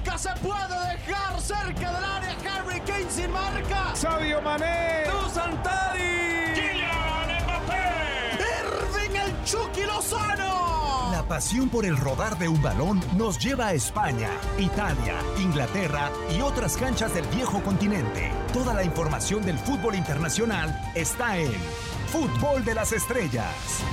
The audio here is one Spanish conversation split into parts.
Nunca se puede dejar cerca del área Harry Kane sin marca. Sadio Mané. Dusan Tadic. Kylian Mbappé. Irving el Chucky Lozano. La pasión por el rodar de un balón nos lleva a España, Italia, Inglaterra y otras canchas del viejo continente. Toda la información del fútbol internacional está en Fútbol de las Estrellas.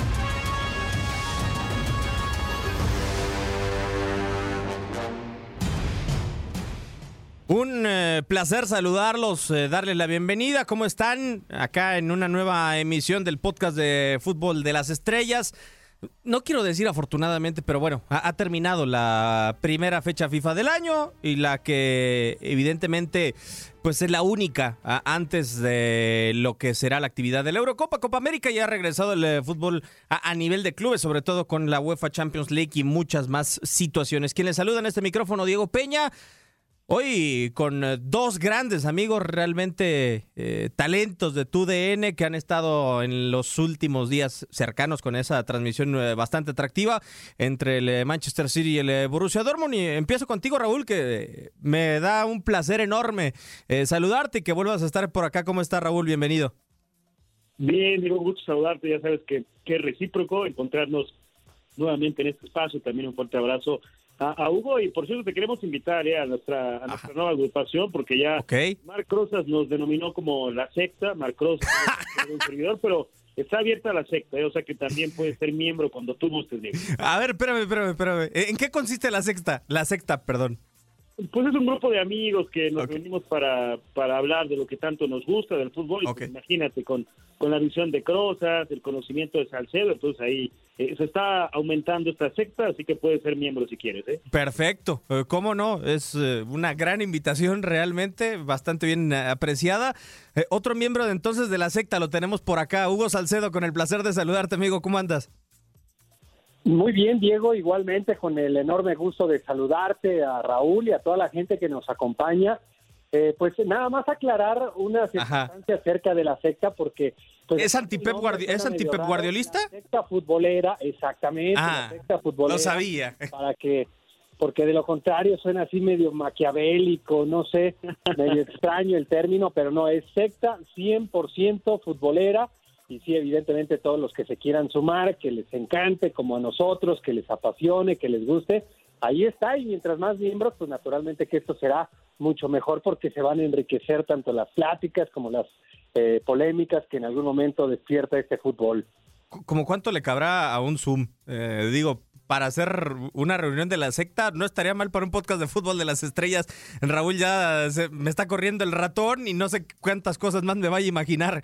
Un placer saludarlos, darles la bienvenida. ¿Cómo están? Acá en una nueva emisión del podcast de Fútbol de las Estrellas. No quiero decir afortunadamente, pero bueno, ha terminado la primera fecha FIFA del año y la que evidentemente pues es la única antes de lo que será la actividad de la Eurocopa, Copa América. Ya ha regresado el fútbol a nivel de clubes, sobre todo con la UEFA Champions League y muchas más situaciones. Quien les saluda en este micrófono, Diego Peña. Hoy con dos grandes amigos, realmente talentos de TUDN que han estado en los últimos días cercanos con esa transmisión bastante atractiva entre el Manchester City y el Borussia Dortmund. Y empiezo contigo, Raúl, que me da un placer enorme saludarte y que vuelvas a estar por acá. ¿Cómo estás, Raúl? Bienvenido. Bien, digo, gusto saludarte. Ya sabes que es recíproco encontrarnos nuevamente en este espacio. También un fuerte abrazo a Hugo, y por cierto te queremos invitar a nuestra nueva agrupación, porque ya Marc Rosas nos denominó como la secta. Marc Rosas es un servidor, pero está abierta la secta, o sea que también puedes ser miembro cuando tú gustes, Diego. A ver, espérame. ¿En qué consiste la secta? La secta, perdón. Pues es un grupo de amigos que nos reunimos para hablar de lo que tanto nos gusta del fútbol. Y pues, imagínate, con la visión de Crozas, el conocimiento de Salcedo, entonces ahí se está aumentando esta secta, así que puedes ser miembro si quieres. Perfecto, ¿cómo no? Es una gran invitación realmente, bastante bien apreciada. Otro miembro entonces de la secta lo tenemos por acá, Hugo Salcedo, con el placer de saludarte, amigo. ¿Cómo andas? Muy bien, Diego, igualmente con el enorme gusto de saludarte, a Raúl y a toda la gente que nos acompaña. Pues nada más aclarar una circunstancia acerca de la secta, porque... Pues, ¿Es anti-Pep Guardiolista? La secta futbolera, exactamente, la secta futbolera. Lo sabía. Porque de lo contrario suena así medio maquiavélico, no sé, medio extraño el término, pero no, es secta 100% futbolera. Y sí, evidentemente todos los que se quieran sumar, que les encante como a nosotros, que les apasione, que les guste, ahí está. Y mientras más miembros, pues naturalmente que esto será mucho mejor, porque se van a enriquecer tanto las pláticas como las polémicas que en algún momento despierta este fútbol. ¿Cómo cuánto le cabrá a un Zoom? Digo, para hacer una reunión de la secta, no estaría mal para un podcast de Fútbol de las Estrellas. Raúl ya me está corriendo el ratón y no sé cuántas cosas más me vaya a imaginar.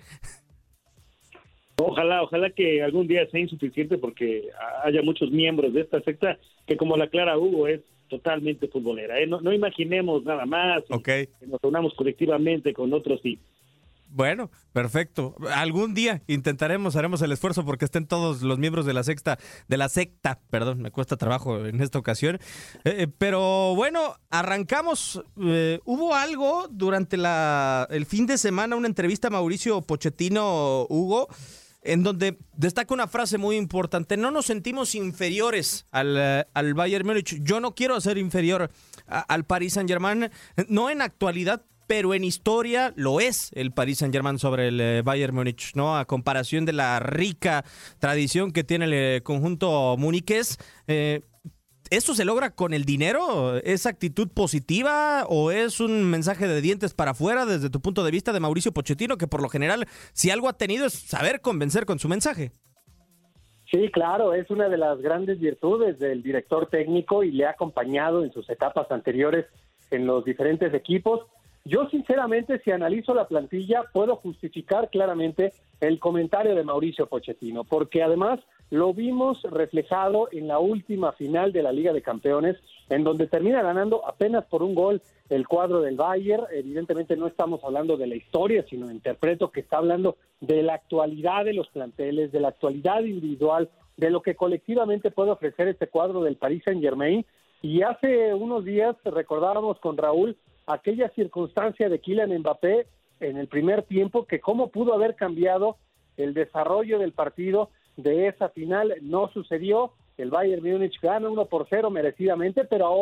Ojalá que algún día sea insuficiente, porque haya muchos miembros de esta secta que, como la aclara Hugo, es totalmente futbolera. No imaginemos nada más, que nos reunamos colectivamente con otros y... Bueno, perfecto. Algún día haremos el esfuerzo porque estén todos los miembros de la secta, me cuesta trabajo en esta ocasión. Pero bueno, arrancamos. Hubo algo durante el fin de semana, una entrevista a Mauricio Pochettino, Hugo, en donde destaca una frase muy importante: no nos sentimos inferiores al Bayern Múnich. Yo no quiero ser inferior al Paris Saint-Germain, no en actualidad, pero en historia lo es el Paris Saint-Germain sobre el Bayern Múnich, ¿no? A comparación de la rica tradición que tiene el conjunto muniqués. ¿Esto se logra con el dinero? ¿Es actitud positiva o es un mensaje de dientes para afuera desde tu punto de vista de Mauricio Pochettino, que por lo general, si algo ha tenido, es saber convencer con su mensaje? Sí, claro, es una de las grandes virtudes del director técnico y le ha acompañado en sus etapas anteriores en los diferentes equipos. Yo, sinceramente, si analizo la plantilla, puedo justificar claramente el comentario de Mauricio Pochettino, porque además lo vimos reflejado en la última final de la Liga de Campeones, en donde termina ganando apenas por un gol el cuadro del Bayern. Evidentemente no estamos hablando de la historia, sino interpreto que está hablando de la actualidad de los planteles, de la actualidad individual, de lo que colectivamente puede ofrecer este cuadro del Paris Saint-Germain. Y hace unos días recordábamos con Raúl aquella circunstancia de Kylian Mbappé en el primer tiempo, que cómo pudo haber cambiado el desarrollo del partido de esa final. No sucedió, el Bayern Múnich gana 1-0 merecidamente, pero ahora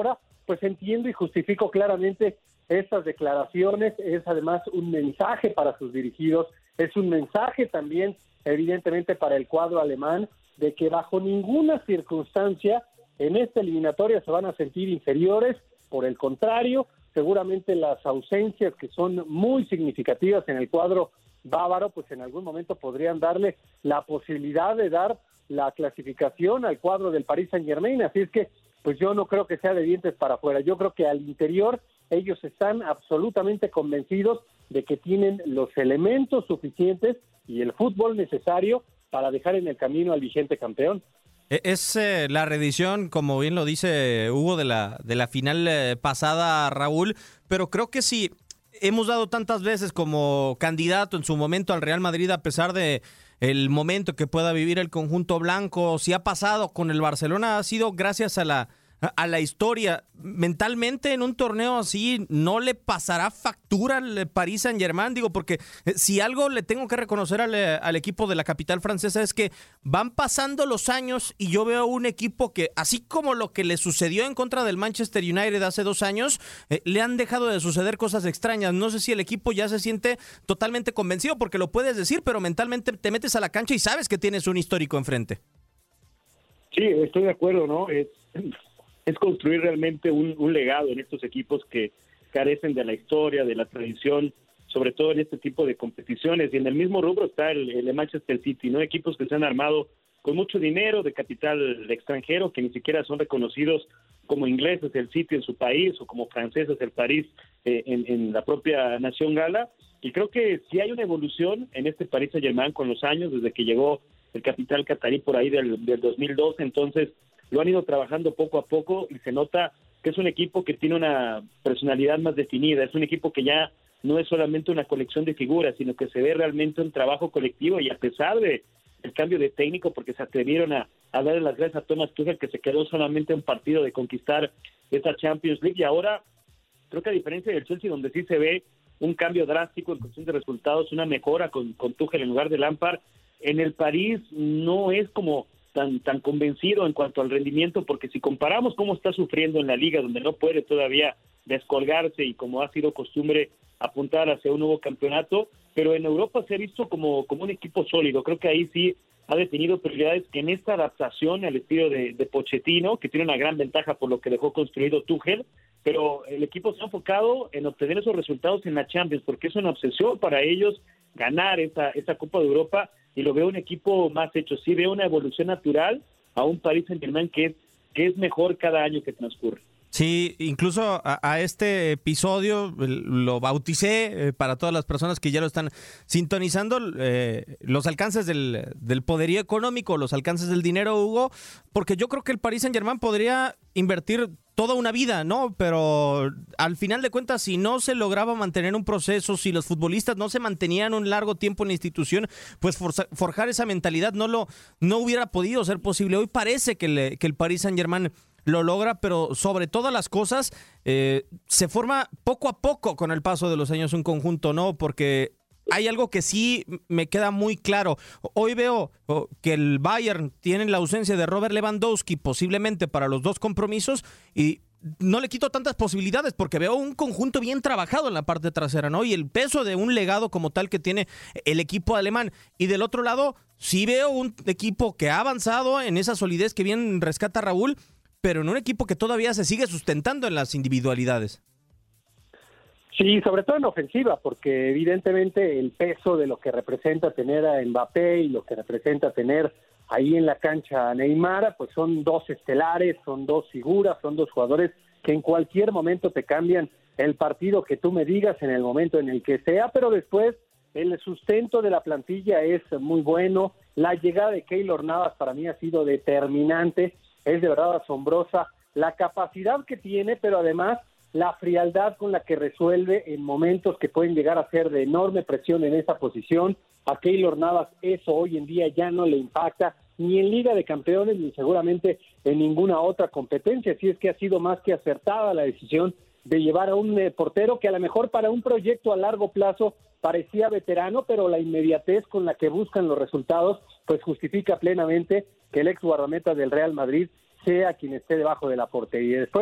pues entiendo y justifico claramente estas declaraciones. Es además un mensaje para sus dirigidos, es un mensaje también evidentemente para el cuadro alemán, de que bajo ninguna circunstancia en esta eliminatoria se van a sentir inferiores. Por el contrario, seguramente las ausencias que son muy significativas en el cuadro bávaro, pues en algún momento podrían darle la posibilidad de dar la clasificación al cuadro del Paris Saint-Germain. Así es que pues yo no creo que sea de dientes para afuera. Yo creo que al interior ellos están absolutamente convencidos de que tienen los elementos suficientes y el fútbol necesario para dejar en el camino al vigente campeón. Es la reedición, como bien lo dice Hugo, de la final pasada, Raúl, pero creo que sí, hemos dado tantas veces como candidato en su momento al Real Madrid, a pesar de el momento que pueda vivir el conjunto blanco, si ha pasado con el Barcelona, ha sido gracias a la historia. Mentalmente en un torneo así no le pasará factura al Paris Saint-Germain, digo, porque si algo le tengo que reconocer al equipo de la capital francesa es que van pasando los años y yo veo un equipo que, así como lo que le sucedió en contra del Manchester United hace 2 años, le han dejado de suceder cosas extrañas. No sé si el equipo ya se siente totalmente convencido, porque lo puedes decir, pero mentalmente te metes a la cancha y sabes que tienes un histórico enfrente. Sí, estoy de acuerdo, ¿no? Es construir realmente un legado en estos equipos que carecen de la historia, de la tradición, sobre todo en este tipo de competiciones. Y en el mismo rubro está el Manchester City, ¿no? Equipos que se han armado con mucho dinero de capital extranjero, que ni siquiera son reconocidos como ingleses el City en su país o como franceses el París en la propia nación gala. Y creo que sí hay una evolución en este Paris Saint-Germain con los años, desde que llegó el capital catarí por ahí del 2012. Entonces lo han ido trabajando poco a poco y se nota que es un equipo que tiene una personalidad más definida, es un equipo que ya no es solamente una colección de figuras, sino que se ve realmente un trabajo colectivo. Y a pesar de el cambio de técnico, porque se atrevieron a darle las gracias a Thomas Tuchel, que se quedó solamente un partido de conquistar esta Champions League, y ahora creo que a diferencia del Chelsea, donde sí se ve un cambio drástico en cuestión de resultados, una mejora con Tuchel en lugar de Lampard, en el París no es como tan convencido en cuanto al rendimiento, porque si comparamos cómo está sufriendo en la liga, donde no puede todavía descolgarse y como ha sido costumbre apuntar hacia un nuevo campeonato, pero en Europa se ha visto como un equipo sólido. Creo que ahí sí ha definido prioridades en esta adaptación al estilo de Pochettino, que tiene una gran ventaja por lo que dejó construido Tuchel, pero el equipo se ha enfocado en obtener esos resultados en la Champions, porque es una obsesión para ellos ganar esa Copa de Europa, y lo veo un equipo más hecho. Sí veo una evolución natural a un Paris Saint-Germain que es mejor cada año que transcurre. Sí, incluso a este episodio lo bauticé para todas las personas que ya lo están sintonizando, los alcances del poderío económico, los alcances del dinero, Hugo, porque yo creo que el Paris Saint-Germain podría invertir toda una vida, ¿no? Pero al final de cuentas, si no se lograba mantener un proceso, si los futbolistas no se mantenían un largo tiempo en la institución, pues forjar esa mentalidad no hubiera podido ser posible. Hoy parece que el Paris Saint-Germain lo logra, pero sobre todas las cosas se forma poco a poco con el paso de los años un conjunto, ¿no? Porque hay algo que sí me queda muy claro. Hoy veo que el Bayern tiene la ausencia de Robert Lewandowski posiblemente para los 2 compromisos, y no le quito tantas posibilidades porque veo un conjunto bien trabajado en la parte trasera, ¿no? Y el peso de un legado como tal que tiene el equipo alemán. Y del otro lado, sí veo un equipo que ha avanzado en esa solidez que bien rescata Raúl, pero en un equipo que todavía se sigue sustentando en las individualidades. Sí, sobre todo en ofensiva, porque evidentemente el peso de lo que representa tener a Mbappé y lo que representa tener ahí en la cancha a Neymar, pues son 2 estelares, son 2 figuras, son 2 jugadores que en cualquier momento te cambian el partido que tú me digas, en el momento en el que sea, pero después el sustento de la plantilla es muy bueno. La llegada de Keylor Navas para mí ha sido determinante, es de verdad asombrosa la capacidad que tiene, pero además la frialdad con la que resuelve en momentos que pueden llegar a ser de enorme presión en esa posición. A Keylor Navas eso hoy en día ya no le impacta, ni en Liga de Campeones, ni seguramente en ninguna otra competencia. Así es que ha sido más que acertada la decisión de llevar a un portero que a lo mejor para un proyecto a largo plazo parecía veterano, pero la inmediatez con la que buscan los resultados pues justifica plenamente que el ex guardameta del Real Madrid sea quien esté debajo de la portería. Y después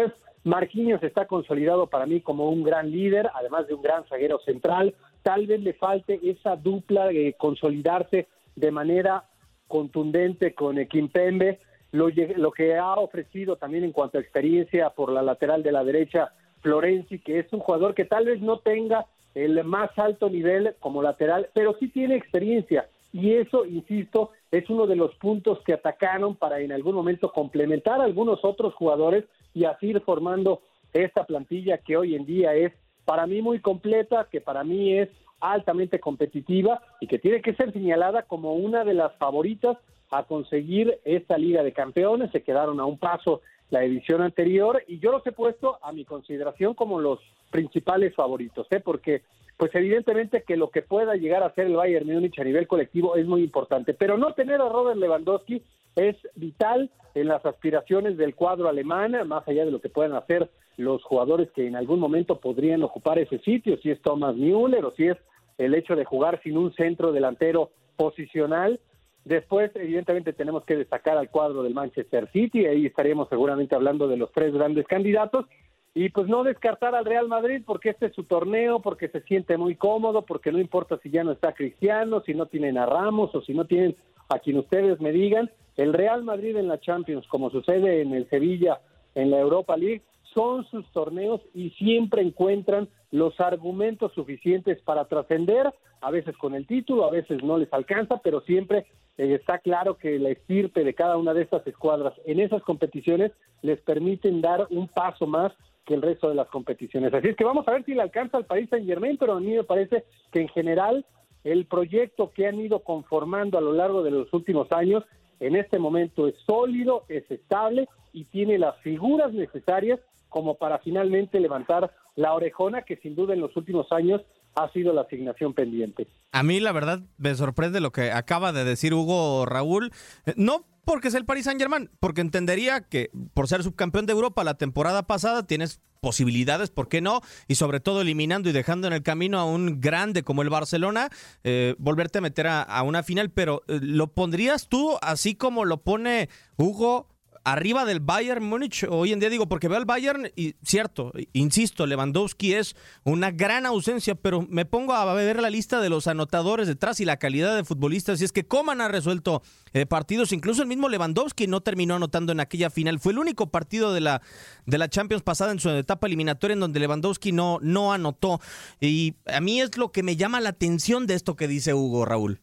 Marquinhos está consolidado para mí como un gran líder, además de un gran zaguero central. Tal vez le falte esa dupla de consolidarse de manera contundente con Kimpembe, lo que ha ofrecido también en cuanto a experiencia por la lateral de la derecha, Florenzi, que es un jugador que tal vez no tenga el más alto nivel como lateral, pero sí tiene experiencia, y eso, insisto, es uno de los puntos que atacaron para en algún momento complementar a algunos otros jugadores y así ir formando esta plantilla que hoy en día es para mí muy completa, que para mí es altamente competitiva y que tiene que ser señalada como una de las favoritas a conseguir esta Liga de Campeones. Se quedaron a un paso la edición anterior y yo los he puesto a mi consideración como los principales favoritos, porque pues evidentemente que lo que pueda llegar a ser el Bayern Múnich a nivel colectivo es muy importante, pero no tener a Robert Lewandowski es vital en las aspiraciones del cuadro alemán, más allá de lo que puedan hacer los jugadores que en algún momento podrían ocupar ese sitio, si es Thomas Müller o si es el hecho de jugar sin un centro delantero posicional. Después, evidentemente, tenemos que destacar al cuadro del Manchester City, ahí estaríamos seguramente hablando de los 3 grandes candidatos, y pues no descartar al Real Madrid, porque este es su torneo, porque se siente muy cómodo, porque no importa si ya no está Cristiano, si no tienen a Ramos o si no tienen a quien ustedes me digan. El Real Madrid en la Champions, como sucede en el Sevilla en la Europa League, son sus torneos y siempre encuentran los argumentos suficientes para trascender, a veces con el título, a veces no les alcanza, pero siempre está claro que la estirpe de cada una de estas escuadras en esas competiciones les permiten dar un paso más que el resto de las competiciones. Así es que vamos a ver si le alcanza al Paris Saint-Germain, pero a mí me parece que en general el proyecto que han ido conformando a lo largo de los últimos años en este momento es sólido, es estable y tiene las figuras necesarias como para finalmente levantar la orejona que sin duda en los últimos años ha sido la asignación pendiente. A mí la verdad me sorprende lo que acaba de decir Hugo, Raúl, no porque es el Paris Saint-Germain, porque entendería que por ser subcampeón de Europa la temporada pasada tienes posibilidades, ¿por qué no? Y sobre todo eliminando y dejando en el camino a un grande como el Barcelona, volverte a meter a una final, pero ¿lo pondrías tú así como lo pone Hugo arriba del Bayern Múnich hoy en día? Digo, porque veo al Bayern y cierto, insisto, Lewandowski es una gran ausencia, pero me pongo a ver la lista de los anotadores detrás y la calidad de futbolistas, y es que Coman ha resuelto partidos, incluso el mismo Lewandowski no terminó anotando en aquella final, fue el único partido de la Champions pasada en su etapa eliminatoria en donde Lewandowski no anotó, y a mí es lo que me llama la atención de esto que dice Hugo, Raúl.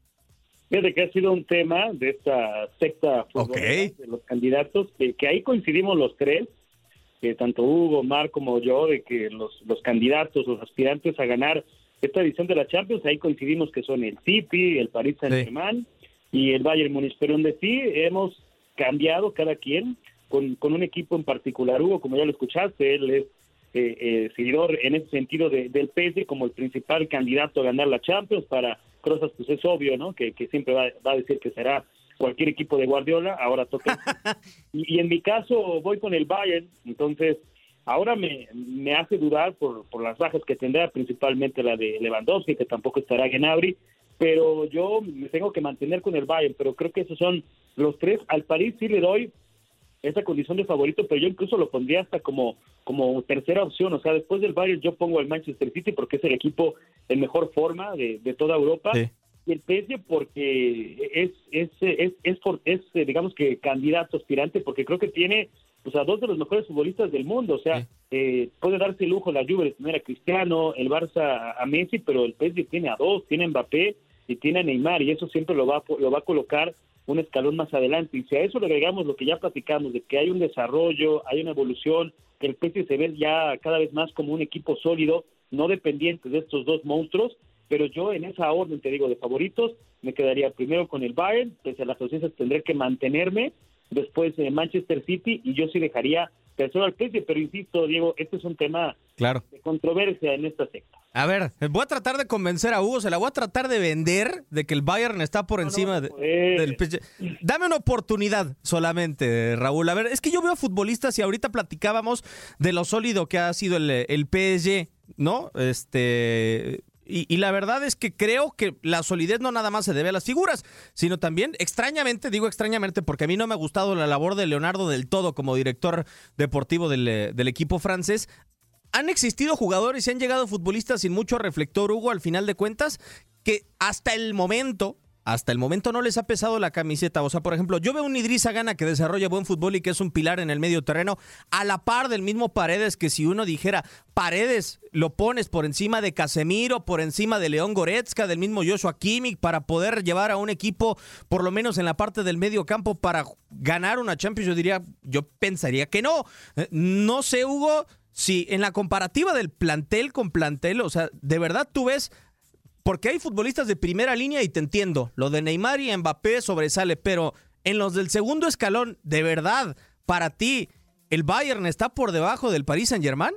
Fíjate que ha sido un tema de esta secta futbolera de los candidatos, que ahí coincidimos los tres, que tanto Hugo, Mar como yo, de que los candidatos, los aspirantes a ganar esta edición de la Champions, ahí coincidimos que son el City, el Paris Saint-Germain y el Bayern Múnich, pero donde sí hemos cambiado cada quien con un equipo en particular. Hugo, como ya lo escuchaste, él es seguidor en ese sentido del PSG como el principal candidato a ganar la Champions. Para Crozas pues es obvio, ¿no? Que siempre va a decir que será cualquier equipo de Guardiola, ahora toca. y en mi caso voy con el Bayern, entonces ahora me hace dudar por las bajas que tendrá, principalmente la de Lewandowski, que tampoco estará Gnabry, pero yo me tengo que mantener con el Bayern, pero creo que esos son los tres. Al París sí le doy esa condición de favorito, pero yo incluso lo pondría hasta como tercera opción. O sea, después del Bayern yo pongo al Manchester City porque es el equipo en mejor forma de toda Europa, y el PSG porque es digamos que candidato aspirante, porque creo que tiene pues a dos de los mejores futbolistas del mundo. O sea, puede darse el lujo la Juve de tener a Cristiano, el Barça a Messi, pero el PSG tiene a dos, tiene a Mbappé y tiene a Neymar, y eso siempre lo va a colocar un escalón más adelante. Y si a eso le agregamos lo que ya platicamos, de que hay un desarrollo, hay una evolución, que el PSG se ve ya cada vez más como un equipo sólido, no dependiente de estos dos monstruos, pero yo en esa orden, te digo, de favoritos, me quedaría primero con el Bayern, pese a las ausencias tendré que mantenerme, después Manchester City, y yo sí dejaría tercero al PSG, pero insisto, Diego, este es un tema de controversia en esta secta. A ver, voy a tratar de convencer a Hugo, se la voy a tratar de vender, de que el Bayern está por encima del PSG. Dame una oportunidad solamente, Raúl. A ver, es que yo veo futbolistas y ahorita platicábamos de lo sólido que ha sido el PSG, ¿no? Y la verdad es que creo que la solidez no nada más se debe a las figuras, sino también, digo extrañamente, porque a mí no me ha gustado la labor de Leonardo del todo como director deportivo del equipo francés. Han existido jugadores y han llegado futbolistas sin mucho reflector, Hugo, al final de cuentas, que hasta el momento no les ha pesado la camiseta. O sea, por ejemplo, yo veo un Idrissa Gana que desarrolla buen fútbol y que es un pilar en el medio terreno, a la par del mismo Paredes, que si uno dijera, Paredes lo pones por encima de Casemiro, por encima de León Goretzka, del mismo Joshua Kimmich, para poder llevar a un equipo, por lo menos en la parte del medio campo, para ganar una Champions, yo pensaría que no. No sé, Hugo, si en la comparativa del plantel con plantel, o sea, de verdad tú ves. Porque hay futbolistas de primera línea y te entiendo, lo de Neymar y Mbappé sobresale, pero en los del segundo escalón, ¿de verdad, para ti, el Bayern está por debajo del Paris Saint-Germain?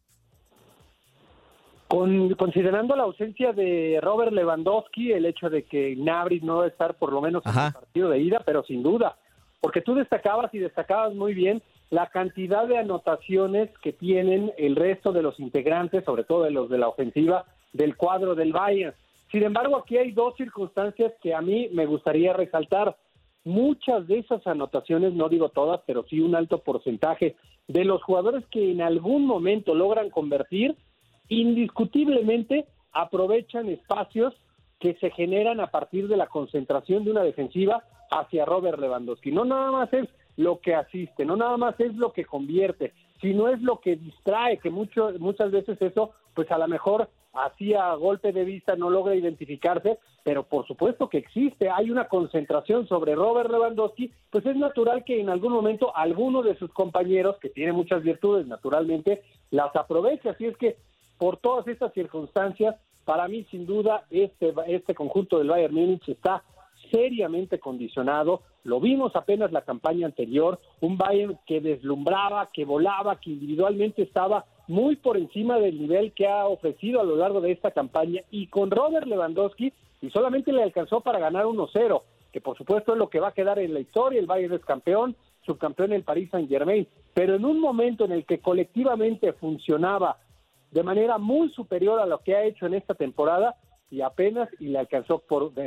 Considerando la ausencia de Robert Lewandowski, el hecho de que Gnabry no va a estar por lo menos en el partido de ida, pero sin duda, porque tú destacabas muy bien la cantidad de anotaciones que tienen el resto de los integrantes, sobre todo de los de la ofensiva del cuadro del Bayern. Sin embargo, aquí hay dos circunstancias que a mí me gustaría resaltar. Muchas de esas anotaciones, no digo todas, pero sí un alto porcentaje de los jugadores que en algún momento logran convertir, indiscutiblemente aprovechan espacios que se generan a partir de la concentración de una defensiva hacia Robert Lewandowski. No nada más es lo que asiste, no nada más es lo que convierte, sino es lo que distrae, que muchas veces eso, pues a lo mejor así a golpe de vista no logra identificarse, pero por supuesto que existe, hay una concentración sobre Robert Lewandowski, pues es natural que en algún momento alguno de sus compañeros, que tiene muchas virtudes naturalmente, las aproveche, así es que por todas estas circunstancias, para mí sin duda este conjunto del Bayern Múnich está seriamente condicionado. Lo vimos apenas la campaña anterior, un Bayern que deslumbraba, que volaba, que individualmente estaba muy por encima del nivel que ha ofrecido a lo largo de esta campaña, y con Robert Lewandowski, y solamente le alcanzó para ganar 1-0, que por supuesto es lo que va a quedar en la historia. El Bayern es campeón, subcampeón el Paris Saint-Germain, pero en un momento en el que colectivamente funcionaba de manera muy superior a lo que ha hecho en esta temporada, y apenas le alcanzó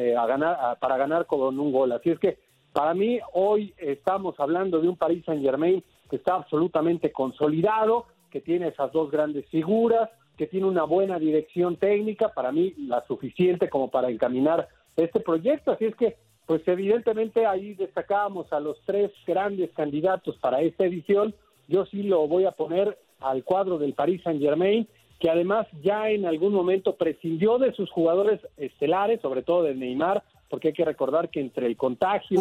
para ganar con un gol. Así es que para mí hoy estamos hablando de un Paris Saint-Germain que está absolutamente consolidado, que tiene esas dos grandes figuras, que tiene una buena dirección técnica, para mí la suficiente como para encaminar este proyecto. Así es que, pues evidentemente ahí destacábamos a los tres grandes candidatos para esta edición. Yo sí lo voy a poner al cuadro del Paris Saint-Germain, que además ya en algún momento prescindió de sus jugadores estelares, sobre todo de Neymar, porque hay que recordar que entre el contagio...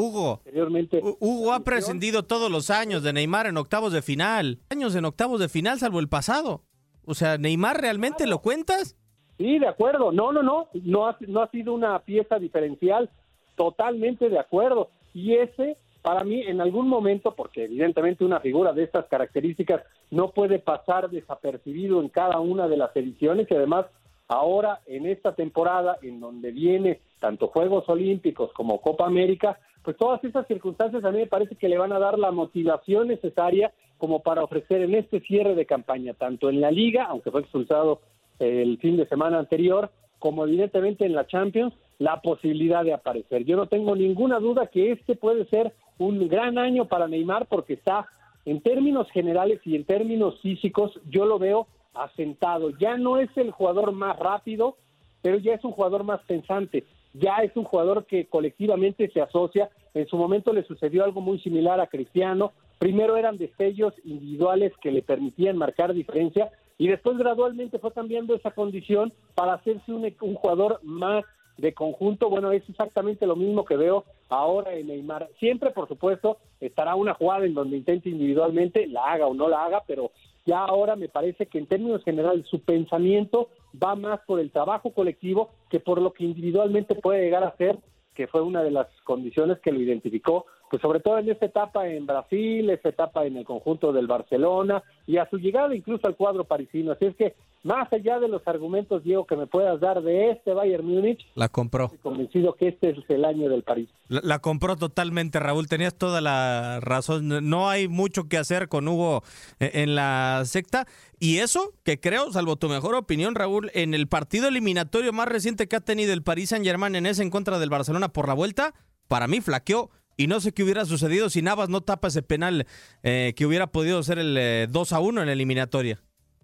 Hugo ha prescindido todos los años de Neymar en octavos de final. Salvo el pasado. O sea, ¿Neymar realmente lo cuentas? Sí, de acuerdo. No ha sido una pieza diferencial. Totalmente de acuerdo. Y ese, para mí, en algún momento, porque evidentemente una figura de estas características no puede pasar desapercibido en cada una de las ediciones, y además ahora en esta temporada en donde viene tanto Juegos Olímpicos como Copa América, pues todas esas circunstancias a mí me parece que le van a dar la motivación necesaria como para ofrecer en este cierre de campaña, tanto en la Liga, aunque fue expulsado el fin de semana anterior, como evidentemente en la Champions, la posibilidad de aparecer. Yo no tengo ninguna duda que este puede ser un gran año para Neymar, porque está en términos generales y en términos físicos, yo lo veo asentado. Ya no es el jugador más rápido, pero ya es un jugador más pensante, ya es un jugador que colectivamente se asocia. En su momento le sucedió algo muy similar a Cristiano. Primero eran destellos individuales que le permitían marcar diferencia, y después gradualmente fue cambiando esa condición para hacerse un jugador más de conjunto. Bueno, es exactamente lo mismo que veo ahora en Neymar. Siempre, por supuesto, estará una jugada en donde intente individualmente, la haga o no la haga, pero ya ahora me parece que en términos generales su pensamiento va más por el trabajo colectivo que por lo que individualmente puede llegar a ser, que fue una de las condiciones que lo identificó, pues sobre todo en esta etapa en Brasil, esta etapa en el conjunto del Barcelona, y a su llegada incluso al cuadro parisino. Así es que más allá de los argumentos, Diego, que me puedas dar de este Bayern Múnich, La compró. estoy convencido que este es el año del París. La compró totalmente, Raúl. Tenías toda la razón. No hay mucho que hacer con Hugo en la secta. Y eso, que creo, salvo tu mejor opinión, Raúl, en el partido eliminatorio más reciente que ha tenido el Paris Saint-Germain en ese en contra del Barcelona por la vuelta, para mí flaqueó. Y no sé qué hubiera sucedido si Navas no tapa ese penal que hubiera podido ser el 2-1 en la eliminatoria.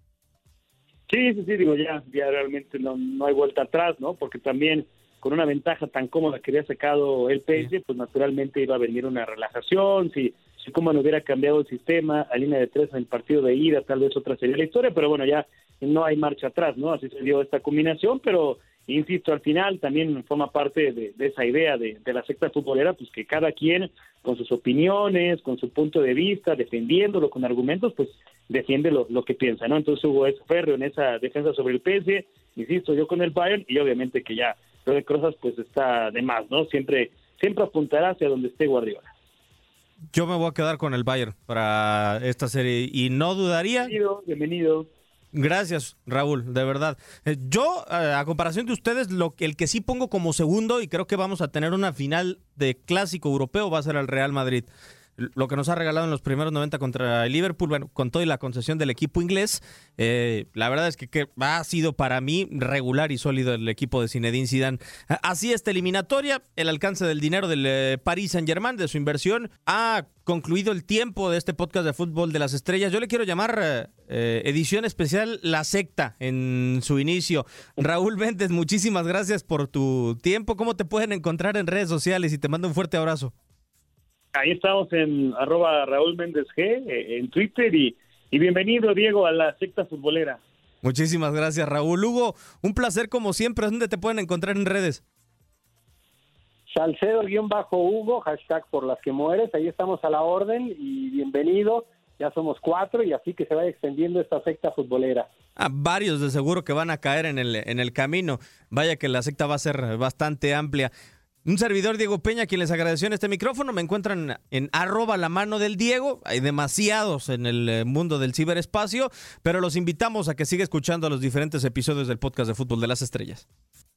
Sí, digo, ya realmente no hay vuelta atrás, ¿no? Porque también con una ventaja tan cómoda que había sacado el PSG, pues naturalmente iba a venir una relajación, si Koeman hubiera cambiado el sistema a línea de 3 en el partido de ida, tal vez otra sería la historia, pero bueno, ya no hay marcha atrás, ¿no? Así se dio esta combinación, pero insisto, al final también forma parte de esa idea de la secta futbolera, pues que cada quien con sus opiniones, con su punto de vista, defendiéndolo con argumentos, pues defiende lo que piensa, ¿no? Entonces Hugo es férreo en esa defensa sobre el PSG, insisto, yo con el Bayern, y obviamente que ya lo de Crozas pues está de más, ¿no? Siempre apuntará hacia donde esté Guardiola. Yo me voy a quedar con el Bayern para esta serie y no dudaría. Bienvenido. Gracias, Raúl, de verdad. Yo, a comparación de ustedes, el que sí pongo como segundo, y creo que vamos a tener una final de clásico europeo, va a ser el Real Madrid. Lo que nos ha regalado en los primeros 90 contra el Liverpool, bueno, con todo y la concesión del equipo inglés, la verdad es que ha sido para mí regular y sólido el equipo de Zinedine Zidane. Así esta eliminatoria, el alcance del dinero del Paris Saint-Germain, de su inversión, ha concluido el tiempo de este podcast de Fútbol de las Estrellas. Yo le quiero llamar edición especial La Secta en su inicio. Raúl Méndez, muchísimas gracias por tu tiempo. ¿Cómo te pueden encontrar en redes sociales? Y te mando un fuerte abrazo. Ahí estamos en @Raúl Méndez G, en Twitter, y bienvenido, Diego, a la secta futbolera. Muchísimas gracias, Raúl. Hugo, un placer como siempre. ¿Dónde te pueden encontrar en redes? Salcedo_Hugo, hashtag por las que mueres, ahí estamos a la orden y bienvenido, ya somos 4 y así que se vaya extendiendo esta secta futbolera. Varios de seguro que van a caer en el camino, vaya que la secta va a ser bastante amplia. Un servidor, Diego Peña, quien les agradeció en este micrófono. Me encuentran en @lamanodel_Diego. Hay demasiados en el mundo del ciberespacio, pero los invitamos a que siga escuchando los diferentes episodios del podcast de Fútbol de las Estrellas.